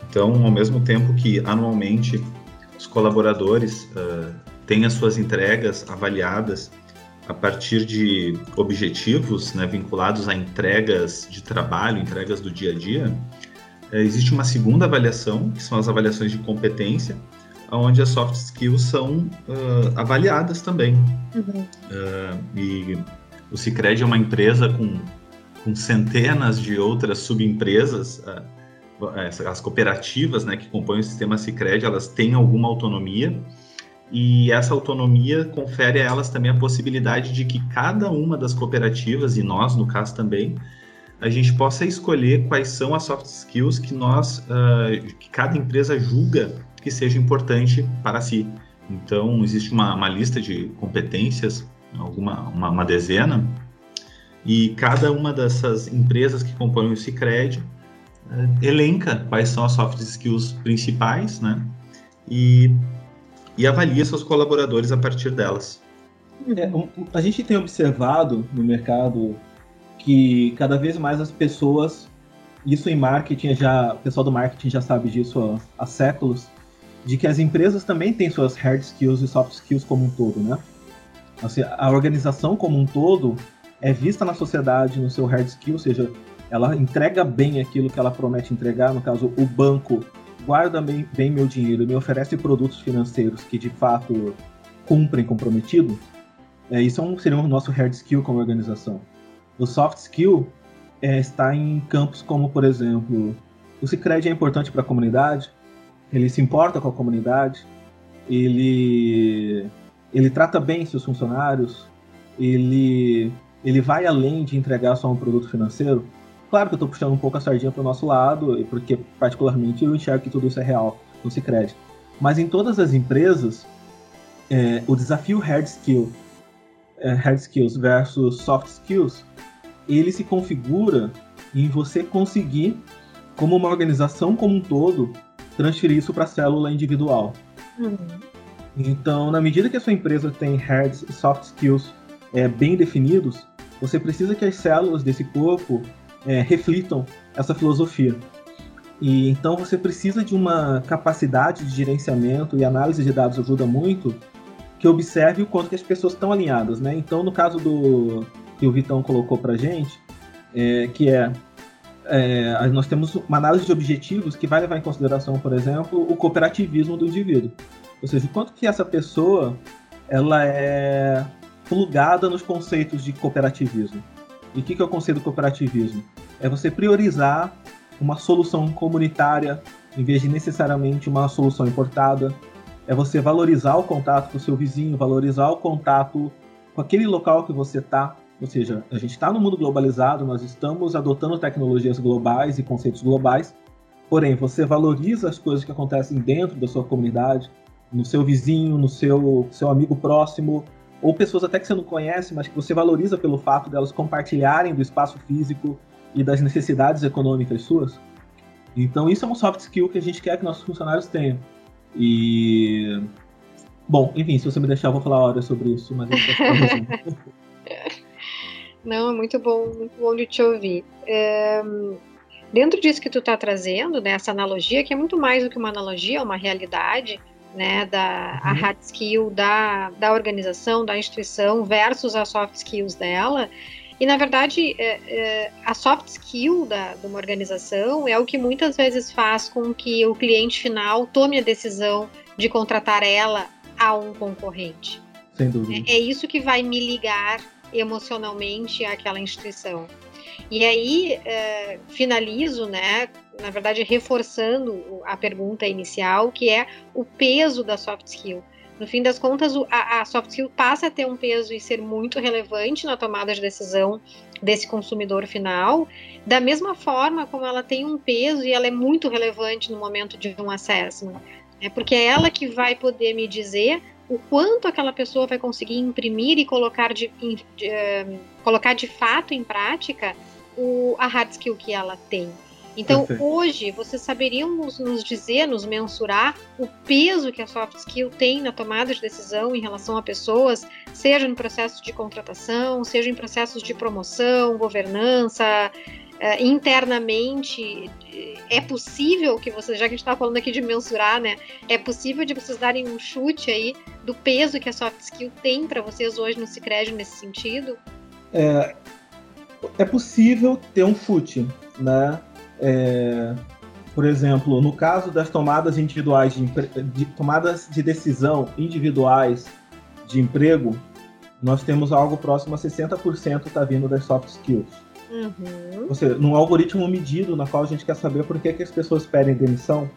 Então, ao mesmo tempo que anualmente os colaboradores uh, têm as suas entregas avaliadas a partir de objetivos, né, vinculados a entregas de trabalho, entregas do dia a dia, uh, existe uma segunda avaliação, que são as avaliações de competência, onde as soft skills são uh, avaliadas também. Uhum. Uh, e o Sicredi é uma empresa com, com centenas de outras subempresas. Uh, as cooperativas, né, que compõem o sistema Sicredi, elas têm alguma autonomia, e essa autonomia confere a elas também a possibilidade de que cada uma das cooperativas, e nós, no caso também, a gente possa escolher quais são as soft skills que nós, uh, que cada empresa julga que seja importante para si. Então, existe uma, uma lista de competências, alguma, uma, uma dezena, e cada uma dessas empresas que compõem o Sicredi uh, elenca quais são as soft skills principais, né? E, e avalia seus colaboradores a partir delas. É, um, a gente tem observado no mercado que cada vez mais as pessoas, isso em marketing, já, o pessoal do marketing já sabe disso há, há séculos, de que as empresas também têm suas hard skills e soft skills como um todo, né? Assim, a organização como um todo é vista na sociedade no seu hard skill, ou seja, ela entrega bem aquilo que ela promete entregar. No caso, o banco guarda bem, bem meu dinheiro e me oferece produtos financeiros que de fato cumprem comprometido. É, isso é um, seria o nosso hard skill como organização. O soft skill é, está em campos como, por exemplo, o Sicredi é importante para a comunidade, ele se importa com a comunidade, ele, ele trata bem seus funcionários, ele, ele vai além de entregar só um produto financeiro. Claro que eu estou puxando um pouco a sardinha para o nosso lado, porque particularmente eu enxergo que tudo isso é real no Sicredi. Mas em todas as empresas, é, o desafio hard, skill, é, hard skills versus soft skills, ele se configura em você conseguir, como uma organização como um todo, transferir isso para a célula individual. Uhum. Então, na medida que a sua empresa tem hard e soft skills é, bem definidos, você precisa que as células desse corpo é, reflitam essa filosofia. E então você precisa de uma capacidade de gerenciamento, e análise de dados ajuda muito, que observe o quanto que as pessoas estão alinhadas, né? Então, no caso do que o Vitão colocou para a gente, é, que é É, nós temos uma análise de objetivos que vai levar em consideração, por exemplo, o cooperativismo do indivíduo. Ou seja, o quanto que essa pessoa ela é plugada nos conceitos de cooperativismo. E o que, que é o conceito do cooperativismo? É você priorizar uma solução comunitária em vez de necessariamente uma solução importada. É você valorizar o contato com o seu vizinho, valorizar o contato com aquele local que você está. Ou seja, a gente está no mundo globalizado, nós estamos adotando tecnologias globais e conceitos globais, porém, você valoriza as coisas que acontecem dentro da sua comunidade, no seu vizinho, no seu, seu amigo próximo, ou pessoas até que você não conhece, mas que você valoriza pelo fato delas compartilharem do espaço físico e das necessidades econômicas suas. Então, isso é um soft skill que a gente quer que nossos funcionários tenham. E... Bom, enfim, se você me deixar, eu vou falar horas sobre isso, mas eu não posso falar. Não, é muito bom, muito bom de te ouvir. É, dentro disso que tu está trazendo, né, essa analogia, que é muito mais do que uma analogia, é uma realidade, né, da a hard skill da, da organização, da instituição versus as soft skills dela. E, na verdade, é, é, a soft skill da, de uma organização é o que muitas vezes faz com que o cliente final tome a decisão de contratar ela a um concorrente. Sem dúvida. É, é isso que vai me ligar emocionalmente àquela instituição. E aí, é, finalizo, né, na verdade, reforçando a pergunta inicial, que é o peso da soft skill. No fim das contas, a, a soft skill passa a ter um peso e ser muito relevante na tomada de decisão desse consumidor final, da mesma forma como ela tem um peso e ela é muito relevante no momento de um assessment. É porque é ela que vai poder me dizer o quanto aquela pessoa vai conseguir imprimir e colocar de, de, uh, colocar de fato em prática o, a hard skill que ela tem. Então, perfeito. Hoje, vocês saberiam nos, nos dizer, nos mensurar o peso que a soft skill tem na tomada de decisão em relação a pessoas, seja no processo de contratação, seja em processos de promoção, governança, uh, internamente, é possível que vocês, já que a gente está falando aqui de mensurar, né, é possível de vocês darem um chute aí do peso que a soft skill tem para vocês hoje no Sicredi nesse sentido? É, é possível ter um chute, né? É, por exemplo, no caso das tomadas individuais de, de tomadas de decisão individuais de emprego, nós temos algo próximo a sessenta por cento está vindo das soft skills. Uhum. Ou seja, num algoritmo medido, na qual a gente quer saber por que, que as pessoas pedem demissão,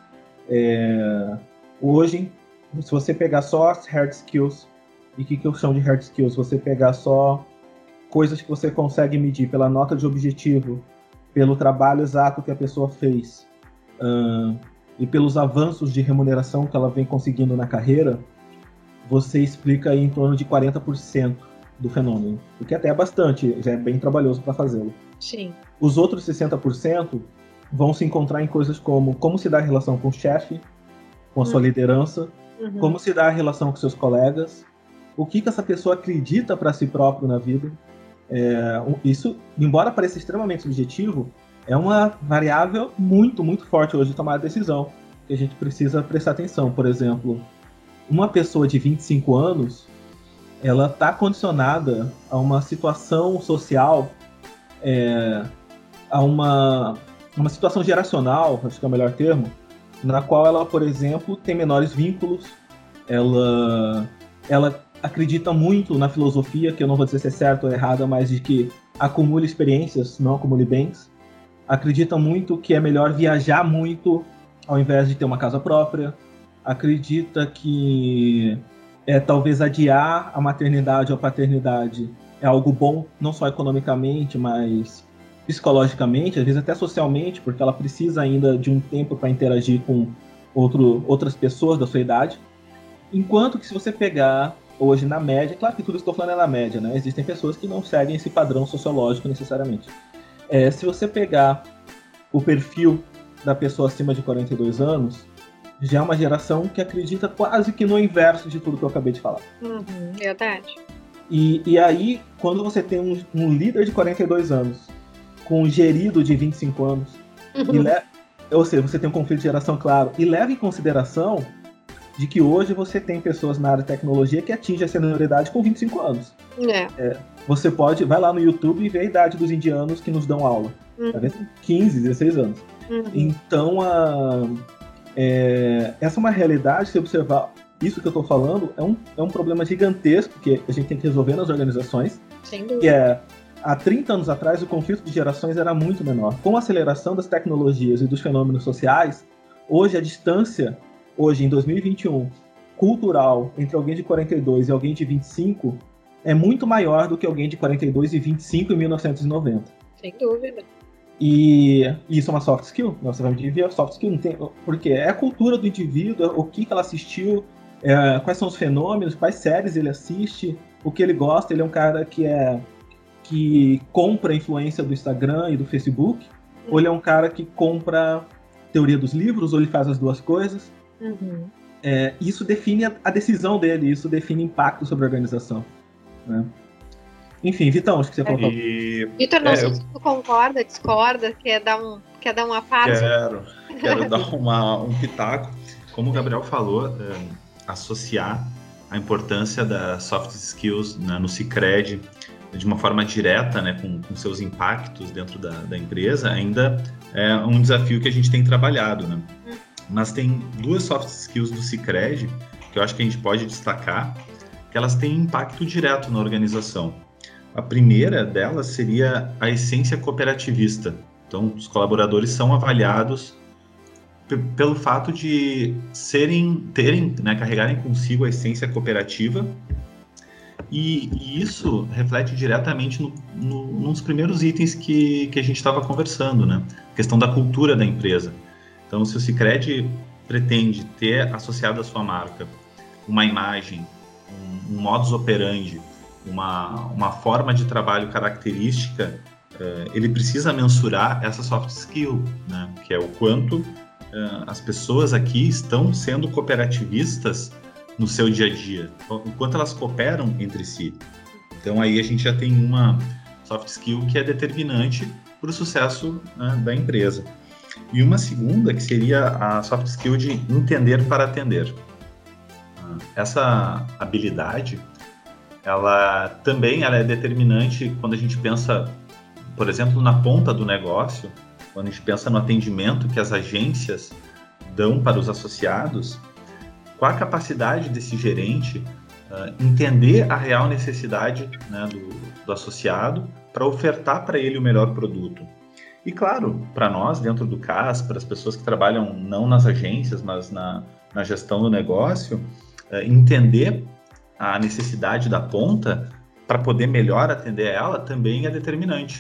é, hoje, se você pegar só as hard skills, e o que, que eu chamo de hard skills? Se você pegar só coisas que você consegue medir pela nota de objetivo, pelo trabalho exato que a pessoa fez, uh, e pelos avanços de remuneração que ela vem conseguindo na carreira, você explica aí em torno de quarenta por cento do fenômeno, o que até é bastante, já é bem trabalhoso para fazê-lo. Sim. Os outros sessenta por cento vão se encontrar em coisas como como se dá a relação com o chefe, com a uhum. sua liderança, uhum. como se dá a relação com seus colegas, o que, que essa pessoa acredita para si próprio na vida. É, isso, embora pareça extremamente subjetivo, é uma variável muito, muito forte hoje de tomar a decisão, que a gente precisa prestar atenção. Por exemplo, uma pessoa de vinte e cinco anos, ela está condicionada a uma situação social, é, a uma, uma situação geracional, acho que é o melhor termo, na qual ela, por exemplo, tem menores vínculos, ela, ela acredita muito na filosofia, que eu não vou dizer se é certa ou errada, mas de que acumule experiências, não acumule bens. Acredita muito que é melhor viajar muito ao invés de ter uma casa própria. Acredita que é, talvez adiar a maternidade ou a paternidade é algo bom, não só economicamente, mas psicologicamente, às vezes até socialmente, porque ela precisa ainda de um tempo para interagir com outro, outras pessoas da sua idade. Enquanto que se você pegar hoje na média, claro que tudo isso que eu estou falando é na média, né? Existem pessoas que não seguem esse padrão sociológico necessariamente. É, se você pegar o perfil da pessoa acima de quarenta e dois anos, já é uma geração que acredita quase que no inverso de tudo que eu acabei de falar. Uhum, verdade. E, e aí, quando você tem um, um líder de quarenta e dois anos com um gerido de vinte e cinco anos, uhum. e le... ou seja, você tem um conflito de geração claro, e leva em consideração de que hoje você tem pessoas na área de tecnologia que atingem a senioridade com vinte e cinco anos. É. É, você pode, vai lá no YouTube e ver a idade dos indianos que nos dão aula. Uhum. Tá vendo? quinze, dezesseis anos. Uhum. Então, a, é, essa é uma realidade, se observar isso que eu estou falando, é um, é um problema gigantesco que a gente tem que resolver nas organizações. Sem dúvida. Que é, há trinta anos atrás, o conflito de gerações era muito menor. Com a aceleração das tecnologias e dos fenômenos sociais, hoje a distância, hoje em dois mil e vinte e um, cultural, entre alguém de quarenta e dois e alguém de vinte e cinco, é muito maior do que alguém de quarenta e dois e vinte e cinco em mil novecentos e noventa. Sem dúvida. E isso é uma soft skill? Você vai me dizer, soft skill não tem, porque é a cultura do indivíduo, o que ela assistiu, é, quais são os fenômenos, quais séries ele assiste, o que ele gosta. Ele é um cara que, é, que compra a influência do Instagram e do Facebook, uhum. ou ele é um cara que compra teoria dos livros, ou ele faz as duas coisas. Uhum. É, isso define a, a decisão dele, isso define impacto sobre a organização, né? Enfim, Vitão, acho que você colocou. E... Vitor, não é, sei eu... se tu concorda, discorda, quer dar, um, quer dar uma parte? Quero, quero dar uma, um pitaco. Como o Gabriel falou, é, associar a importância das soft skills, né, no Sicredi de uma forma direta, né, com, com seus impactos dentro da, da empresa, ainda é um desafio que a gente tem trabalhado, né? Hum. Mas tem duas soft skills do Sicredi que eu acho que a gente pode destacar, que elas têm impacto direto na organização. A primeira delas seria a essência cooperativista. Então, os colaboradores são avaliados p- pelo fato de serem, terem, né, carregarem consigo a essência cooperativa, e, e isso reflete diretamente no, no, nos primeiros itens que, que a gente estava conversando, né? A questão da cultura da empresa. Então, se o Sicredi pretende ter associado à sua marca uma imagem, um, um modus operandi, uma, uma forma de trabalho característica, uh, ele precisa mensurar essa soft skill, né? Que é o quanto uh, as pessoas aqui estão sendo cooperativistas no seu dia a dia, o quanto elas cooperam entre si. Então aí a gente já tem uma soft skill que é determinante para o sucesso, né, da empresa. E uma segunda, que seria a soft skill de entender para atender. Essa habilidade, ela também ela é determinante quando a gente pensa, por exemplo, na ponta do negócio, quando a gente pensa no atendimento que as agências dão para os associados, com a capacidade desse gerente uh, entender a real necessidade, né, do, do associado para ofertar para ele o melhor produto. E claro, para nós, dentro do C A S, para as pessoas que trabalham não nas agências, mas na, na gestão do negócio, uh, entender a necessidade da ponta para poder melhor atender ela também é determinante.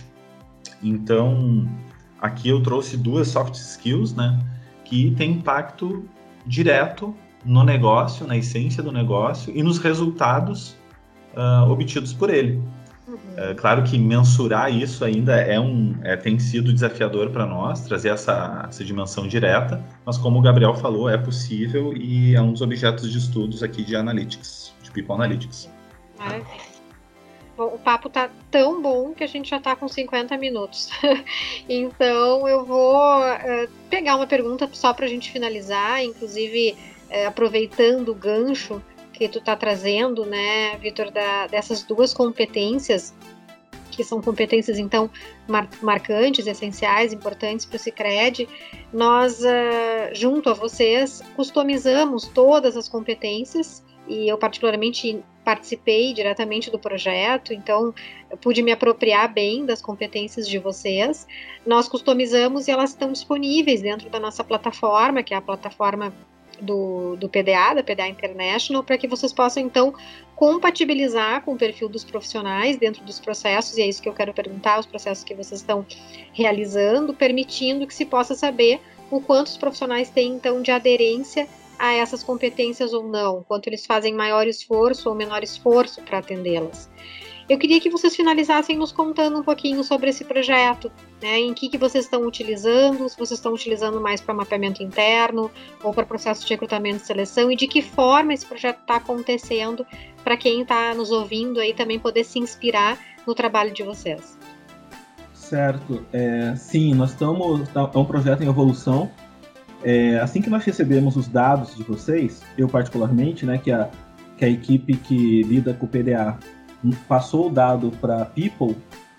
Então, aqui eu trouxe duas soft skills, né, que têm impacto direto no negócio, na essência do negócio e nos resultados uh, obtidos por ele. Uhum. É claro que mensurar isso ainda é um, é, tem sido desafiador para nós, trazer essa, essa dimensão direta, mas como o Gabriel falou, é possível e é um dos objetos de estudos aqui de Analytics, de People Analytics. Maravilha. Bom, o papo tá tão bom que a gente já tá com cinquenta minutos. Então eu vou uh, pegar uma pergunta só para a gente finalizar, inclusive uh, aproveitando o gancho que tu tá trazendo, né, Vitor, da, dessas duas competências, que são competências, então, mar- marcantes, essenciais, importantes para o Sicredi. Nós, uh, junto a vocês, customizamos todas as competências, e eu particularmente participei diretamente do projeto, então eu pude me apropriar bem das competências de vocês. Nós customizamos e elas estão disponíveis dentro da nossa plataforma, que é a plataforma do, do P D A, da P D A International, para que vocês possam, então, compatibilizar com o perfil dos profissionais dentro dos processos, e é isso que eu quero perguntar, os processos que vocês estão realizando, permitindo que se possa saber o quanto os profissionais têm, então, de aderência a essas competências ou não, quanto eles fazem maior esforço ou menor esforço para atendê-las. Eu queria que vocês finalizassem nos contando um pouquinho sobre esse projeto, né, em que, que vocês estão utilizando, se vocês estão utilizando mais para mapeamento interno ou para processo de recrutamento e seleção, e de que forma esse projeto está acontecendo para quem está nos ouvindo aí também poder se inspirar no trabalho de vocês. Certo, é, sim, nós estamos, é um projeto em evolução. É, assim que nós recebemos os dados de vocês, eu particularmente, né, que a, que a equipe que lida com o P D A passou o dado para People,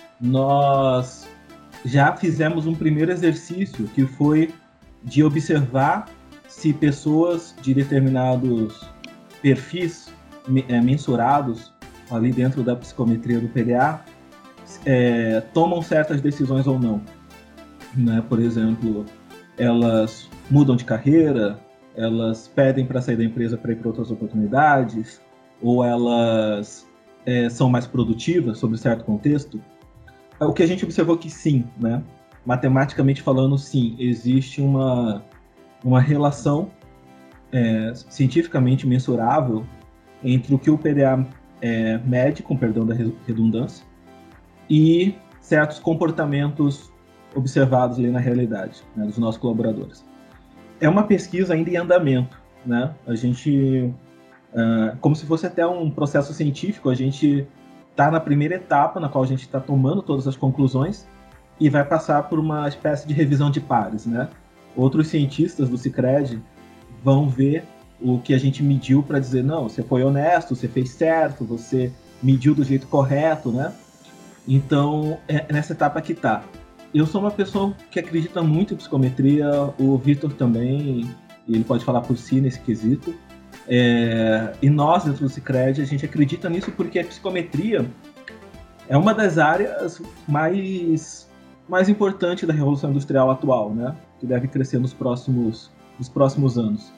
nós já fizemos um primeiro exercício que foi de observar se pessoas de determinados perfis é, mensurados ali dentro da psicometria do P D A é, tomam certas decisões ou não, né? Por exemplo, elas mudam de carreira, elas pedem para sair da empresa para ir para outras oportunidades, ou elas é, são mais produtivas sobre certo contexto. O que a gente observou que sim, né? Matematicamente falando, sim, existe uma, uma relação é, cientificamente mensurável entre o que o P D A é, mede, com perdão da redundância, e certos comportamentos observados ali na realidade, né, dos nossos colaboradores. É uma pesquisa ainda em andamento, né? A gente, uh, como se fosse até um processo científico, a gente está na primeira etapa, na qual a gente está tomando todas as conclusões e vai passar por uma espécie de revisão de pares, né? Outros cientistas do Sicredi vão ver o que a gente mediu para dizer, não, você foi honesto, você fez certo, você mediu do jeito correto, né? Então, é nessa etapa que está. Eu sou uma pessoa que acredita muito em psicometria, o Vitor também, ele pode falar por si nesse quesito. É, e nós, dentro do Sicredi, a gente acredita nisso porque a psicometria é uma das áreas mais, mais importantes da Revolução Industrial atual, né? Que deve crescer nos próximos, nos próximos anos.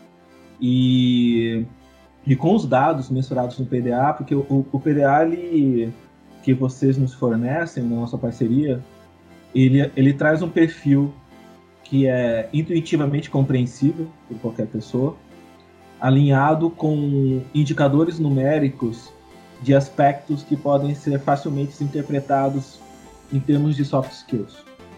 E, e com os dados mensurados no P D A, porque o, o P D A ele, que vocês nos fornecem na nossa parceria, Ele, ele traz um perfil que é intuitivamente compreensível por qualquer pessoa, alinhado com indicadores numéricos de aspectos que podem ser facilmente interpretados em termos de soft skills.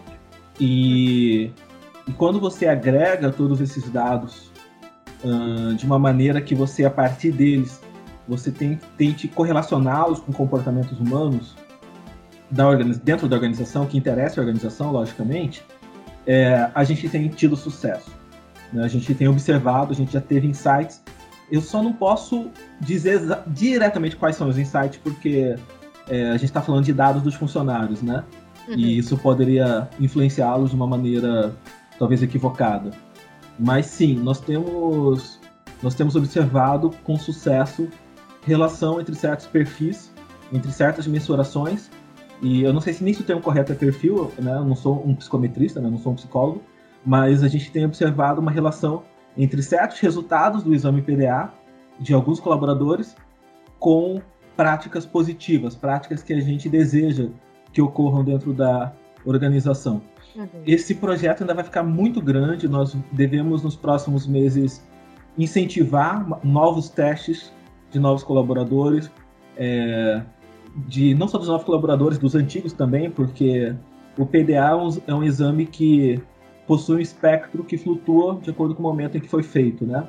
E, e quando você agrega todos esses dados uh, de uma maneira que você, a partir deles, você tem, tente correlacioná-los com comportamentos humanos, da organiz... dentro da organização, que interessa a organização, logicamente, é, a gente tem tido sucesso. Né? A gente tem observado, a gente já teve insights. Eu só não posso dizer diretamente quais são os insights, porque é, a gente está falando de dados dos funcionários, né? Uhum. E isso poderia influenciá-los de uma maneira talvez equivocada. Mas sim, nós temos, nós temos observado com sucesso relação entre certos perfis, entre certas mensurações, e eu não sei se nem se o termo correto é perfil, né? Eu não sou um psicometrista, né? Eu não sou um psicólogo, mas a gente tem observado uma relação entre certos resultados do exame P D A de alguns colaboradores com práticas positivas, práticas que a gente deseja que ocorram dentro da organização. Uhum. Esse projeto ainda vai ficar muito grande, nós devemos nos próximos meses incentivar novos testes de novos colaboradores, é, de, não só dos novos colaboradores, dos antigos também, porque o P D A é um, é um exame que possui um espectro que flutua de acordo com o momento em que foi feito, né?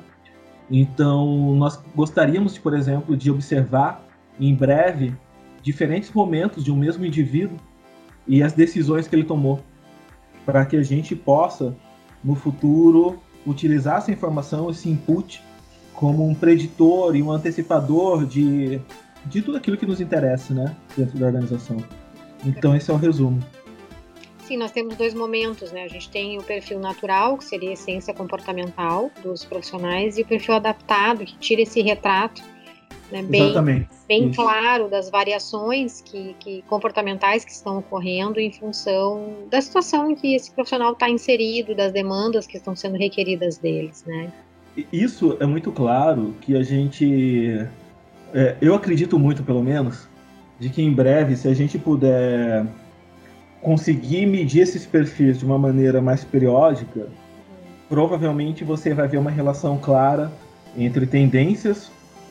Então, nós gostaríamos, de, por exemplo, de observar em breve diferentes momentos de um mesmo indivíduo e as decisões que ele tomou, para que a gente possa, no futuro, utilizar essa informação, esse input, como um preditor e um antecipador de, de tudo aquilo que nos interessa, né, dentro da organização. Então, esse é o resumo. Sim, nós temos dois momentos, né? A gente tem o perfil natural, que seria a essência comportamental dos profissionais, e o perfil adaptado, que tira esse retrato, né, bem, bem claro das variações que, que, comportamentais que estão ocorrendo em função da situação em que esse profissional está inserido, das demandas que estão sendo requeridas deles, né? Isso é muito claro que a gente... É, eu acredito muito, pelo menos, de que em breve, se a gente puder conseguir medir esses perfis de uma maneira mais periódica, uhum. provavelmente você vai ver uma relação clara entre tendências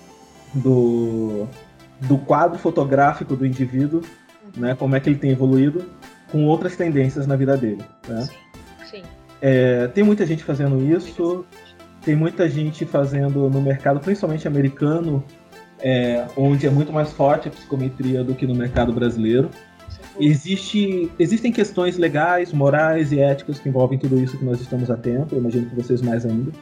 do, do quadro fotográfico do indivíduo, uhum. né, como é que ele tem evoluído, com outras tendências na vida dele. Né? Sim. Sim. É, tem muita gente fazendo isso, tem muita gente fazendo no mercado, principalmente americano, é, onde é muito mais forte a psicometria do que no mercado brasileiro. Existe, existem questões legais, morais e éticas que envolvem tudo isso que nós estamos atentos, eu imagino que vocês mais ainda.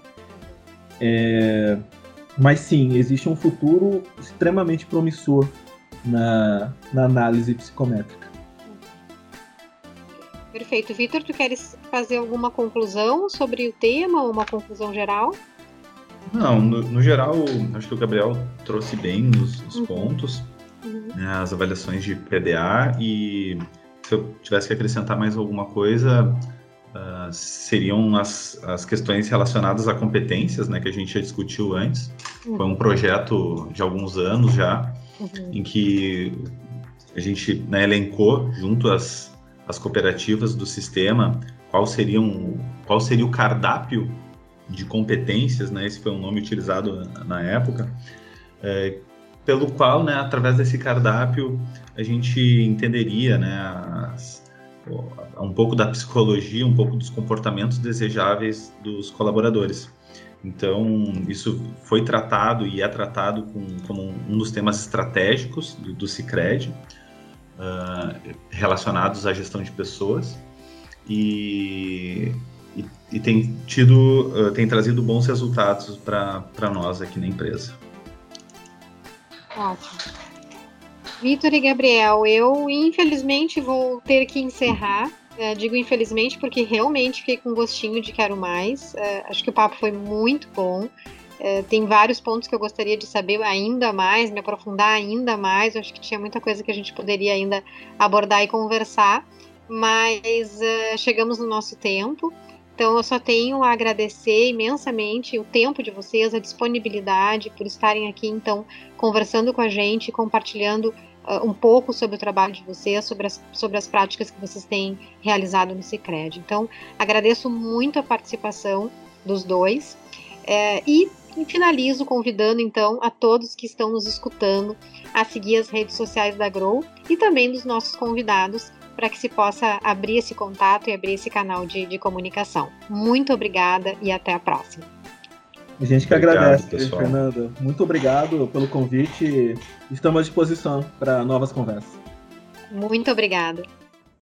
É, mas sim, existe um futuro extremamente promissor na, na análise psicométrica. Perfeito. Vitor, tu queres fazer alguma conclusão sobre o tema, ou uma conclusão geral? Não, no, no geral, acho que o Gabriel trouxe bem os, os uhum. pontos. Uhum. Né, as avaliações de P D A, e se eu tivesse que acrescentar mais alguma coisa, uh, seriam as, as questões relacionadas a competências, né, que a gente já discutiu antes. Uhum. Foi um projeto de alguns anos já, uhum. em que a gente, né, elencou junto às, às cooperativas do sistema qual, seriam, qual seria o cardápio de competências, né, esse foi um nome utilizado na época, é, pelo qual, né, através desse cardápio, a gente entenderia, né, as, um pouco da psicologia, um pouco dos comportamentos desejáveis dos colaboradores. Então, isso foi tratado e é tratado com, como um dos temas estratégicos do, do Sicredi, uh, relacionados à gestão de pessoas, e, e, e tem, tido, uh, tem trazido bons resultados para nós aqui na empresa. Ótimo. Vitor e Gabriel, eu infelizmente vou ter que encerrar. É, digo infelizmente porque realmente fiquei com gostinho de quero mais. É, acho que o papo foi muito bom. É, tem vários pontos que eu gostaria de saber ainda mais, me aprofundar ainda mais. Eu acho que tinha muita coisa que a gente poderia ainda abordar e conversar. Mas é, chegamos no nosso tempo. Então, eu só tenho a agradecer imensamente o tempo de vocês, a disponibilidade por estarem aqui, então, conversando com a gente, compartilhando uh, um pouco sobre o trabalho de vocês, sobre as, sobre as práticas que vocês têm realizado no Sicredi. Então, agradeço muito a participação dos dois é, e finalizo convidando, então, a todos que estão nos escutando a seguir as redes sociais da Grow e também dos nossos convidados, para que se possa abrir esse contato e abrir esse canal de, de comunicação. Muito obrigada e até a próxima. A gente que obrigado, agradece, pessoal. Fernanda. Muito obrigado pelo convite. Estamos à disposição para novas conversas. Muito obrigada.